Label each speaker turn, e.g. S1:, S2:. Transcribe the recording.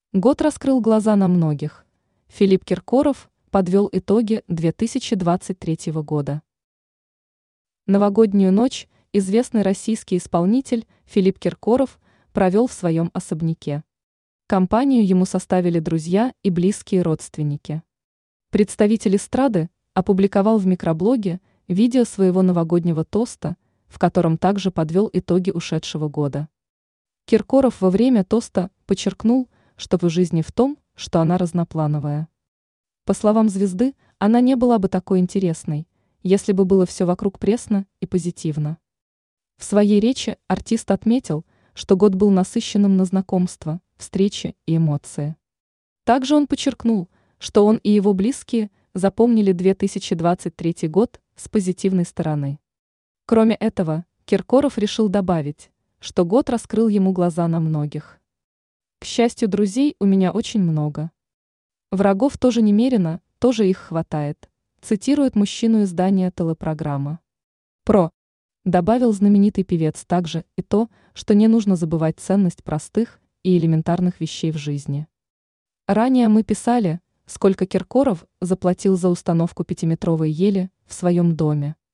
S1: Год раскрыл глаза на многих. Филипп Киркоров подвел итоги 2023 года. Новогоднюю ночь известный российский исполнитель Филипп Киркоров провел в своем особняке. Компанию ему составили друзья и близкие родственники. Представитель эстрады опубликовал в микроблоге видео своего новогоднего тоста, в котором также подвел итоги ушедшего года. Киркоров во время тоста подчеркнул, что в жизни в том, что она разноплановая. По словам звезды, она не была бы такой интересной, если бы было все вокруг пресно и позитивно. В своей речи артист отметил, что год был насыщенным на знакомства, встречи и эмоции. Также он подчеркнул, что он и его близкие запомнили 2023 год с позитивной стороны. Кроме этого, Киркоров решил добавить, что год раскрыл ему глаза на многих. К счастью, друзей у меня очень много. Врагов тоже немерено, тоже их хватает, цитирует мужчину издание телепрограмма. Добавил знаменитый певец также и то, что не нужно забывать ценность простых и элементарных вещей в жизни. Ранее мы писали, сколько Киркоров заплатил за установку 5-метровой ели в своем доме.